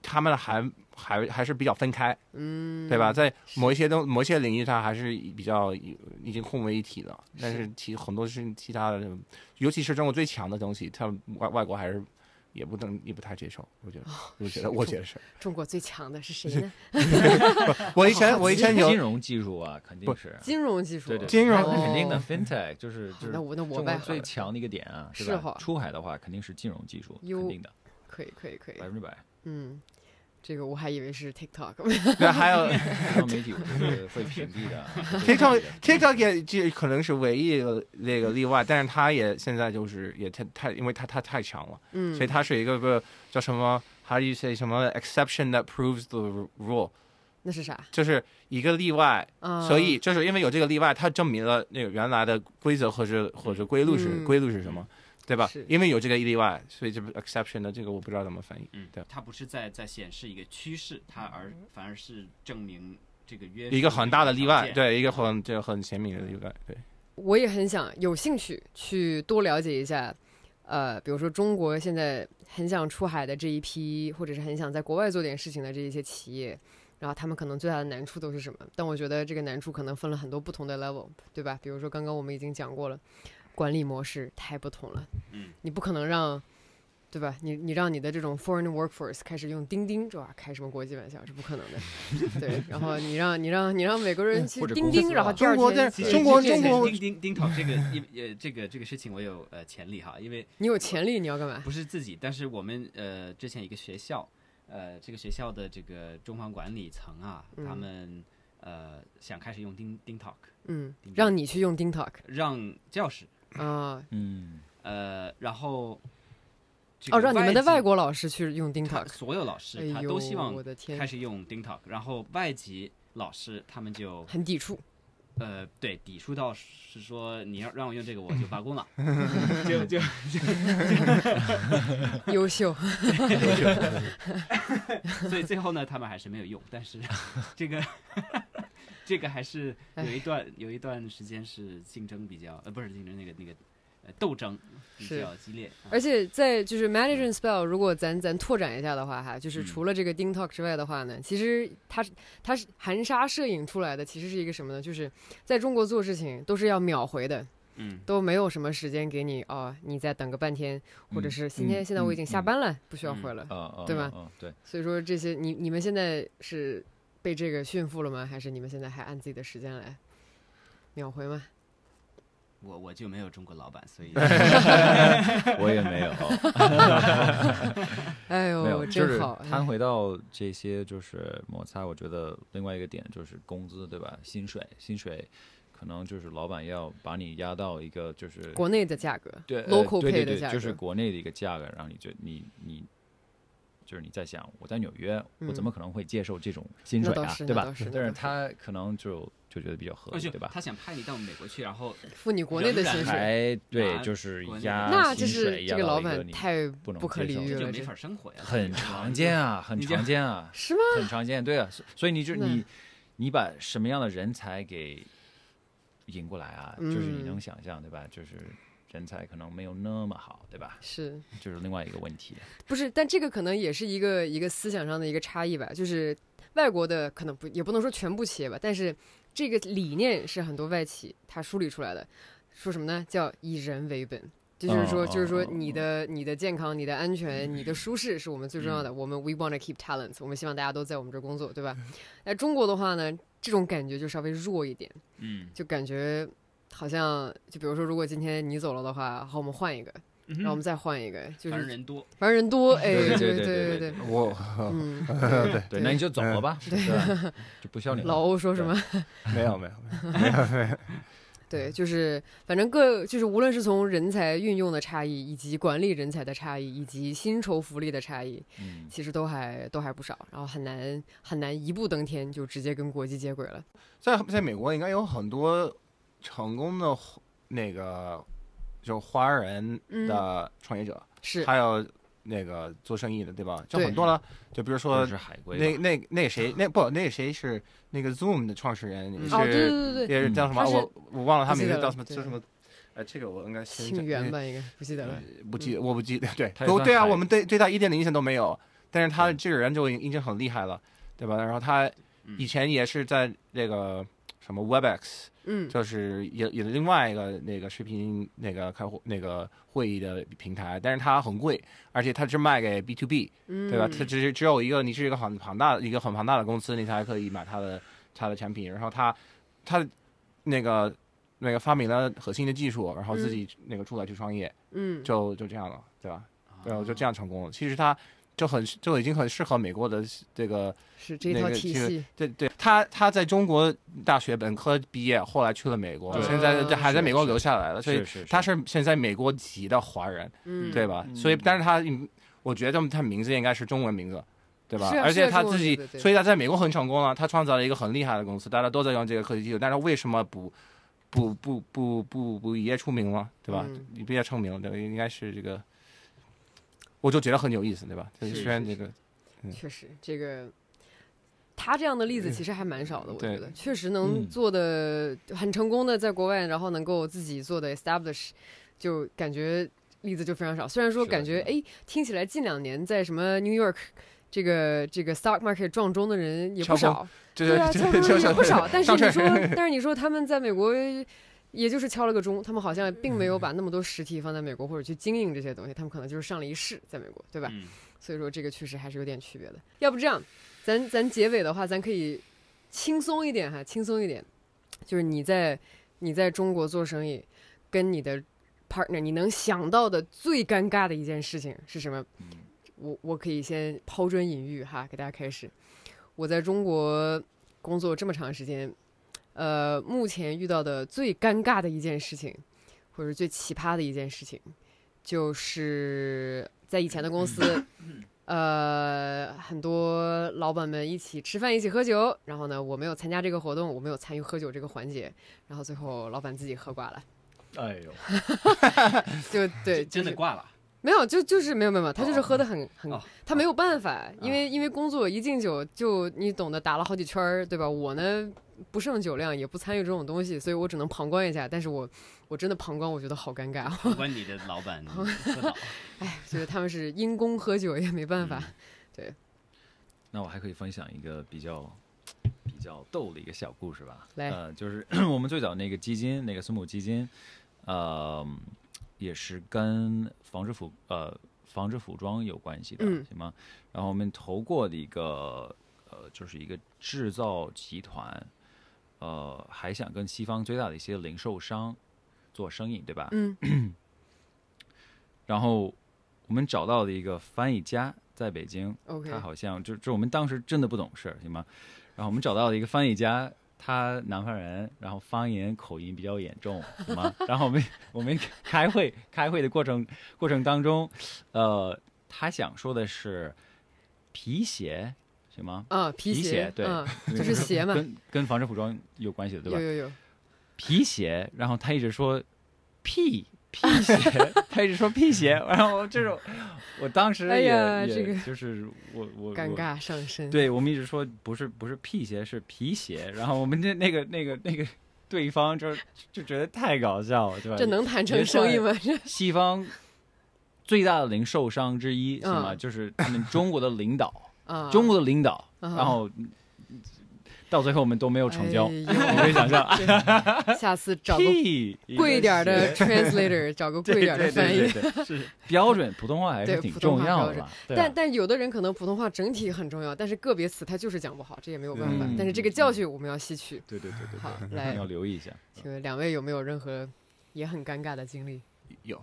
他们还是比较分开，对吧？在某一些领域，它还是比较已经混为一体了。但是很多是其他的，尤其是中国最强的东西，他们外国还是也不太接受。我觉得是中国最强的是谁呢？ 我以前有金融技术啊，肯定是金融技术， 对， 金融肯定的 FinTech 就是那我中国最强的一个点啊，是吧？出海的话肯定是金融技术，肯定的， 可以 100%。 这个我还以为是 TikTok， 对，还有媒体会屏蔽的。 TikTok 也可能是唯一那个例外，但是它也现在就是因为它太强了，所以它是一个叫什么 How do you say 什么 exception that proves the rule？ 那是啥？ 就是一个例外，所以就是因为有这个例外，它证明了那个原来的规则或者规律是什么。对吧？因为有这个例外，所以这 exception 的这个我不知道怎么翻译。对， 它不是在显示一个趋势，反而是证明这个一个很大的例外，对，一个很鲜明的例外。对， 我也很有兴趣去多了解一下，比如说中国现在很想出海的这一批，或者是很想在国外做点事情的这一些企业，然后他们可能最大的难处都是什么？但我觉得这个难处可能分了很多不同的 level， 对吧？比如说刚刚我们已经讲过了。管理模式太不同了，你不可能让，对吧？你让你的这种 foreign workforce 开始用钉钉，这玩意儿开什么国际玩笑？是不可能的。对，然后你让美国人去钉钉，然后第二天中国钉头这个事情我有潜力哈，因为你有潜力，你要干嘛？ 不是自己，但是我们之前一个学校，这个学校的这个中方管理层啊，他们想开始用钉 talk， 让你去用钉 talk， 让教室。然后让你们的外国老师去用钉 talk， 所有老师他都希望开始用钉 talk， 然后外籍老师他们就很抵触， 对，抵触到是说你要让我用这个我就罢工了，就优秀， 所以最后呢他们还是没有用，但是这个还是有一段时间是竞争比较不是竞争那个斗争比较激烈， 而且在就是 management spell， 如果咱拓展一下的话哈，就是除了这个钉 talk 之外的话呢，其实它是含沙射影出来的，其实是一个什么呢？就是在中国做事情都是要秒回的。都没有什么时间给你你再等个半天，或者是现在我已经下班了，不需要回了，对吧？ 对。 所以说这些你们现在是被这个驯服了吗？还是你们现在还按自己的时间来秒回吗？ 我就没有中国老板，所以我也没有。 哎呦，真好！ 谈回到这些就是摩擦，我觉得另外一个点就是工资，对吧？薪水。可能就是老板要把你压到一个就是国内的价格， 对 ，local pay 的价格， 就是国内的一个价格，然后你就是你在想，我在纽约，我怎么可能会接受这种薪水啊，对吧？但是他可能就觉得比较合理，对吧？ 他想派你到美国去，然后付你国内的薪水， 对，就是压那薪水， 这个老板太不可理喻了， 就没法生活呀。 很常见啊， 是吗？ 很常见，对啊，所以你把什么样的人才给引过来啊，就是你能想象，对吧？就是人才可能没有那么好，对吧？ 是， 就是另外一个问题。 不是，但这个可能也是一个思想上的一个差异吧。就是外国的可能也不能说全部企业吧，但是这个理念是很多外企它梳理出来的。说什么呢？叫以人为本。就是说你的健康、你的安全、你的舒适是我们最重要的。我们 we want to keep talents， 我们希望大家都在我们这工作，对吧？在中国的话呢，这种感觉就稍微弱一点，就感觉好像就比如说，如果今天你走了的话，好，我们换一个，然后我们再换一个，就是反正人多，哎， 对， 我对，那你就走了吧，对，就不需要你了。 老欧说什么？ 没有。 对，就是反正就是无论是从人才运用的差异，以及管理人才的差异，以及薪酬福利的差异，其实都还不少，然后很难一步登天就直接跟国际接轨了。 在美国应该有很多成功的那个就华人的创业者， 是还有那个做生意的，对吧？就很多了，就比如说那谁是那个 Zoom 的创始人， 对， 也是叫什么？我忘了他名字叫什么？这个我应该庆元吧，应该不记得了。 我不记得。对啊，我们对他一点的印象都没有。 但是他这个人就已经很厉害了，对吧？然后他以前也是在那个什么 Webex，就是也另外一个那个视频那个会议的平台，但是它很贵，而且它是卖给 B2B，对吧？它只有一个你是一个很庞大的公司，你才可以买它的产品。然后他那个发明了核心的技术，然后自己那个出来去创业，就这样了，对吧？然后就这样成功了。其实他就已经很适合美国的这个是这套体系。 对，他在中国大学本科毕业，后来去了美国，现在还在美国留下来了，所以他是现在美国籍的华人，对吧？所以，但是我觉得他名字应该是中文名字。对吧？而且他自己，所以他在美国很成功了。他创造了一个很厉害的公司，大家都在用这个科技技术。但是为什么不一夜出名了？对吧？你不一夜成名了，对吧？应该是这个，我就觉得很有意思，对吧？虽然这个， 确实这个他这样的例子其实还蛮少的，我觉得确实能做的很成功的，在国外，然后能够自己做的 establish， 就感觉例子就非常少。虽然说感觉听起来近2年在什么 New York。这个 stock market 撞钟的人也不少，对啊，敲钟也不少。但是你说他们在美国，也就是敲了个钟，他们好像并没有把那么多实体放在美国或者去经营这些东西，他们可能就是上了一市在美国，对吧？所以说这个确实还是有点区别的。要不这样，咱结尾的话，咱可以轻松一点哈，轻松一点，就是你在中国做生意，跟你的 partner， 你能想到的最尴尬的一件事情是什么？我可以先抛砖引玉哈，给大家开始。我在中国工作这么长时间，目前遇到的最尴尬的一件事情，或者最奇葩的一件事情，就是在以前的公司，很多老板们一起吃饭，一起喝酒，然后呢，我没有参加这个活动，我没有参与喝酒这个环节，然后最后老板自己喝挂了。 哎呦， 就对， 真的挂了。 没有，就是没有，他就是喝得很，他没有办法，因为工作一敬酒就你懂得打了好几圈，对吧？我呢不胜酒量，也不参与这种东西，所以我只能旁观一下。但是我真的旁观，我觉得好尴尬。 旁观你的老板喝倒， 哎，觉得他们是因公喝酒也没办法，对。 那我还可以分享一个比较逗的一个小故事吧。 来， 就是我们最早那个基金，那个私募基金，也是跟防止服装有关系的，行吗？然后我们投过的一个就是一个制造集团，还想跟西方最大的一些零售商做生意，对吧？然后我们找到了一个翻译家在北京，他好像就我们当时真的不懂事，行吗？然后我们找到了一个翻译家。他南方人，然后方言口音比较严重，是吗？然后我们开会的过程当中，他想说的是皮鞋，行吗？皮鞋，对， 就是鞋嘛， 跟防止服装有关系的，对吧？ 有皮鞋，然后他一直说屁鞋，他一直说屁鞋，然后这种，我当时也就是我尴尬上身。 对，我们一直说不是屁鞋，是皮鞋，然后我们那个对方就觉得太搞笑了，对吧？ 这能谈成生意吗？ 西方最大的零售商之一是吗？就是他们中国的领导，中国的领导，然后。到最后我们都没有成交，你可以想象。 下次找个贵一点的 translator， 找个贵一点的翻译。 是标准普通话还是挺重要的。 但有的人可能普通话整体很重要，但是个别词他就是讲不好，这也没有办法。但是这个教训我们要吸取。 对。 好，来要留意一下。 请问2位有没有任何也很尴尬的经历？ 有。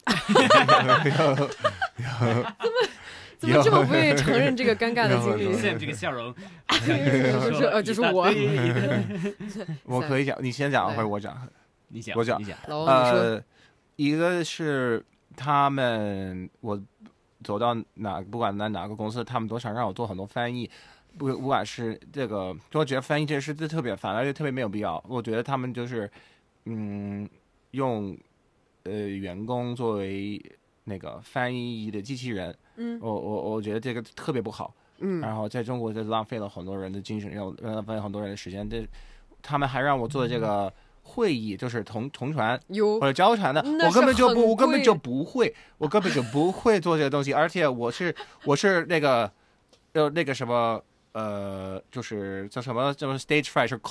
怎么这么不愿意承认这个尴尬的经历？ 现在这个笑容， 就是我。 我可以讲，你先讲，或者我讲。我讲。 老王，你说。 一个是我走到不管在哪个公司，他们都想让我做很多翻译，不管是这个，我觉得翻译这事特别烦，而且特别没有必要。我觉得他们就是用员工作为那个翻译的机器人，我觉得这个特别不好，然后在中国就浪费了很多人的精神，又浪费了很多人的时间。他们还让我做这个会议，就是同传或者交传的，我根本就不会做这个东西，而且我是那个什么。就是叫什么stage fright 是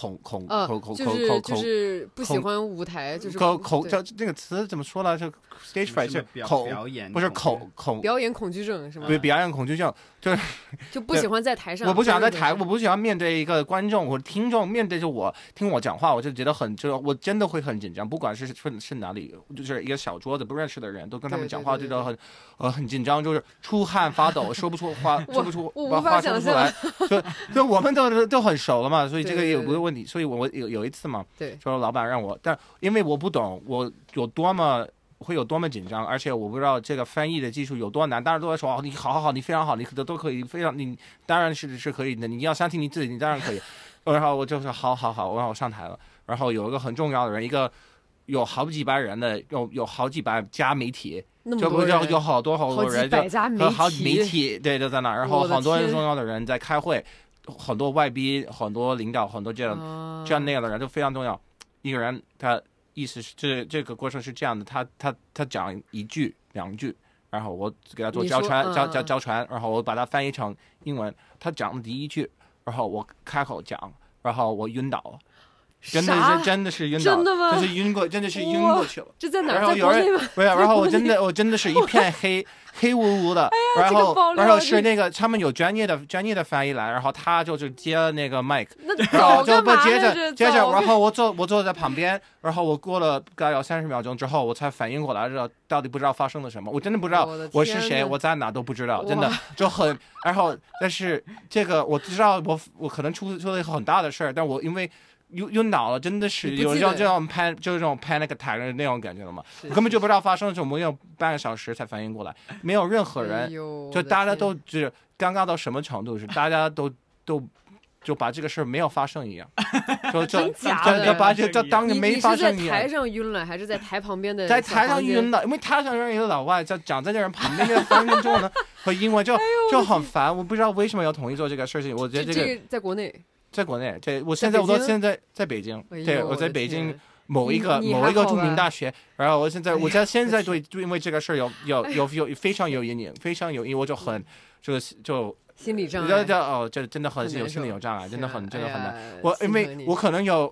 就是不喜欢舞台，就是叫那个词怎么说呢？就 stage fright 是表演， 不是表演恐惧症是吗？ 对，表演恐惧症就不喜欢在台上。 我不喜欢在台，我不喜欢面对一个观众或听众面对着我听我讲话，我就觉得我真的会很紧张，不管是哪里，就是一个小桌子不认识的人都跟他们讲话，觉得很紧张，就是出汗发抖，说不出话，说不出话说不出来。就我们都很熟了嘛，所以这个也不是问题。所以我有一次嘛，说老板让我，但因为我不懂我有多么紧张，而且我不知道这个翻译的技术有多难。当然都在说你好，你非常好，你都可以，你当然是可以的。你要相信你自己，你当然可以。然后我就说好，然后我上台了。然后有一个很重要的人，一个有好几百人的，有好几百家媒体。就有好多人，就好几媒体对，就在那，然后很多重要的人在开会，很多外宾，很多领导，很多这样那样的人都非常重要。一个人他意思是这个过程是这样的，他讲一句两句，然后我给他做交传，然后我把它翻译成英文。他讲的第一句，然后我开口讲，然后我晕倒了。真的是晕倒， 真的吗？ 就是真的是晕过去了。 这在哪儿？ 然后有人不是，然后我真的是一片黑乌乌的。然后是那个他们有专业的翻译来，然后他就是接了那个麦克，然后就不接着，然后我坐在旁边，然后我过了大概有30秒钟之后，我才反应过来，到底不知道发生了什么，我真的不知道我是谁，我在哪都不知道，真的就很。然后但是这个我知道，我可能出了一个很大的事儿，但我因为。晕倒了，真的是有这种就是这种 panic attack 的那种感觉了嘛？我根本就不知道发生了什么，我有半个小时才反应过来，没有任何人，就大家都就是尴尬到什么程度，是大家都就把这个事没有发生一样，就把就当着没发生一样。 你是在台上晕了，还是在台旁边的？ 在台上晕了，因为台上有一个老外讲在这人旁边，那个翻译中文和英文就很烦，我不知道为什么要统一做这个事情。我觉得这个在国内。 在国内，我现在在北京，对，我在北京某一个著名大学，然后我现在对，因为这个事儿有非常有阴影，我就很就心理障碍， 这真的很有心理有障碍，真的很难。因为我可能有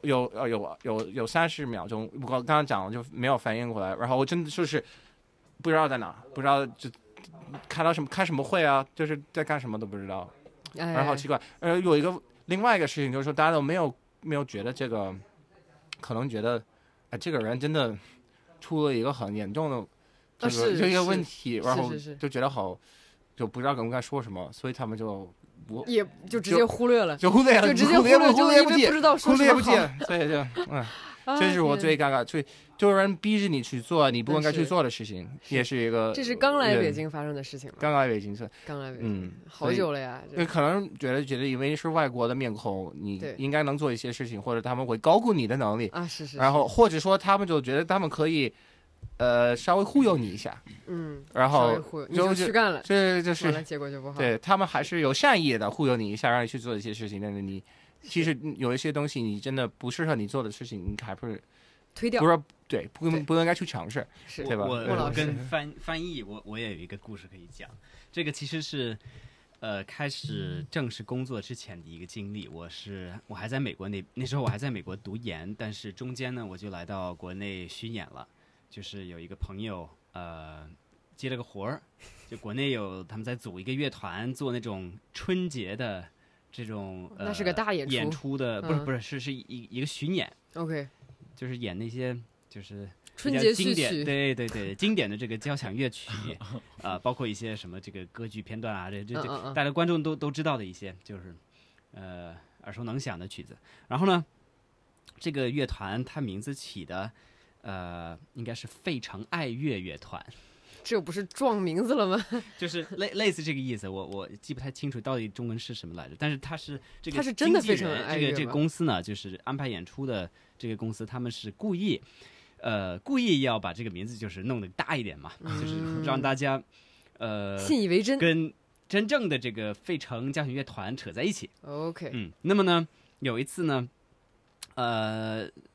30秒钟，我刚刚讲了就没有反应过来，然后我真的就是不知道在哪，不知道就开什么会啊，就是在干什么都不知道，然后好奇怪。有另外一个事情就是说，大家都没有觉得这个，可能觉得，这个人真的出了一个很严重的这个问题，然后就觉得好，就不知道该说什么，所以他们就就直接忽略了， 就直接忽略不知道说什么好， 所以就这是我最尴尬，就有人逼着你去做你不应该去做的事情，也是一个。 这是刚来北京发生的事情吗？ 刚来北京， 好久了呀。 可能觉得以为是外国的面孔，你应该能做一些事情，或者他们会高估你的能力啊，是。 然后或者说他们就觉得他们可以，稍微忽悠你一下，然后你就去干了， 这就是结果就不好。 对他们还是有善意的忽悠你一下，让你去做一些事情，但是你。其实有一些东西你真的不适合你做的事情，你还不是推掉， 不是对，不应该去尝试，对吧？ 我跟翻译，我也有一个故事可以讲。这个其实是开始正式工作之前的一个经历。我还在美国那时候我还在美国读研，但是中间呢我就来到国内巡演了。就是有一个朋友接了个活儿，就国内他们在组一个乐团，做那种春节的。这种那是个大演出的，不是是一个巡演 ，OK， 就是演那些就是春节经典，对经典的这个交响乐曲包括一些什么这个歌剧片段啊，这大家观众都知道的一些，就是耳熟能详的曲子。然后呢，这个乐团它名字起的应该是费城爱乐乐团。 这不是撞名字了吗？ 就是类似这个意思，我记不太清楚到底中文是什么来着。但是它是真的非常爱乐， 这个公司呢，就是安排演出的这个公司，他们是故意要把这个名字就是弄得大一点嘛，就是让大家信以为真， 跟真正的这个费城交响乐团扯在一起。 OK， 那么呢，有一次呢，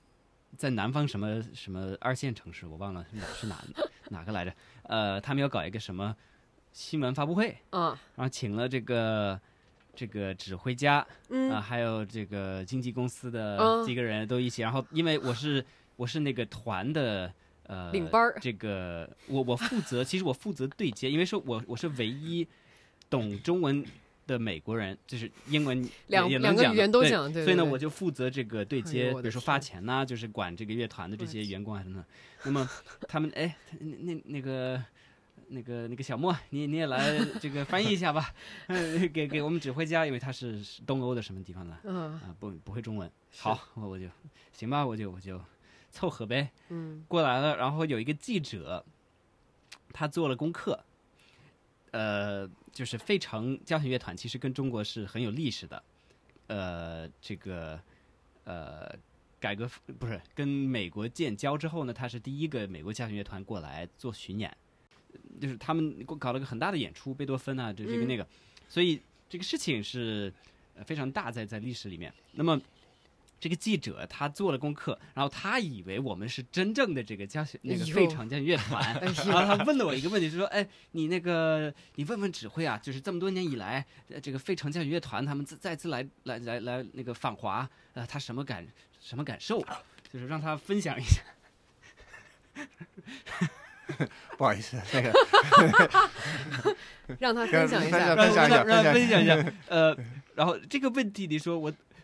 在南方什么2线城市，我忘了是哪个来着？他们要搞一个什么新闻发布会，然后请了这个指挥家，还有这个经纪公司的几个人都一起，然后因为我是那个团的领班， 这个我负责，其实我负责对接，因为说我是唯一懂中文的美国人，就是英文两个语言都讲，对， 所以呢我就负责这个对接，比如说发钱呐，就是管这个乐团的这些员工啊什么的。那么他们那个小莫，你也来这个翻译一下吧，给我们指挥家，因为他是东欧的什么地方的，不会中文。好，我就行吧，我就凑合呗，过来了。然后有一个记者，他做了功课，就是费城交响乐团其实跟中国是很有历史的，这个改革不是跟美国建交之后呢，他是第一个美国交响乐团过来做巡演，就是他们搞了个很大的演出，贝多芬啊，这个那个，所以这个事情是非常大，在历史里面。那么这个记者他做了功课，然后他以为我们是真正的这个费城交响乐团，然后他问了我一个问题，是说，哎，你问问指挥啊，就是这么多年以来，这个费城交响乐团他们再次来那个访华，他什么感受，就是让他分享一下。 不好意思，那个让他分享一下， 让他分享一下。然后这个问题，你说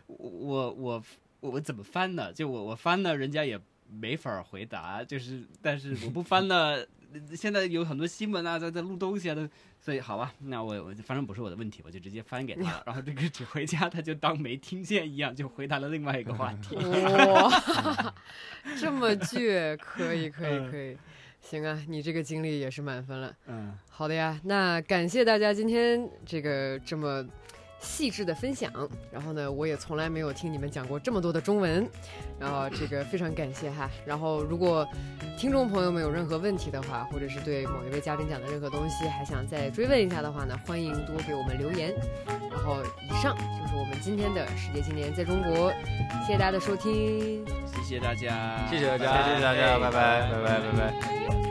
我怎么翻呢？就我翻呢，人家也没法回答。但是我不翻呢，现在有很多新闻啊，在录东西啊，所以好吧，那我反正不是我的问题，我就直接翻给他了。然后这个指挥家他就当没听见一样，就回答了另外一个话题。 哇，这么倔，可以。行啊，你这个经历也是满分了。好的呀，那感谢大家今天这么细致的分享。然后呢，我也从来没有听你们讲过这么多的中文，然后非常感谢哈。然后如果听众朋友们有任何问题的话，或者是对某一位嘉宾讲的任何东西还想再追问一下的话呢，欢迎多给我们留言。然后以上就是我们今天的世界青年在中国，谢谢大家的收听， 谢谢大家， 拜拜。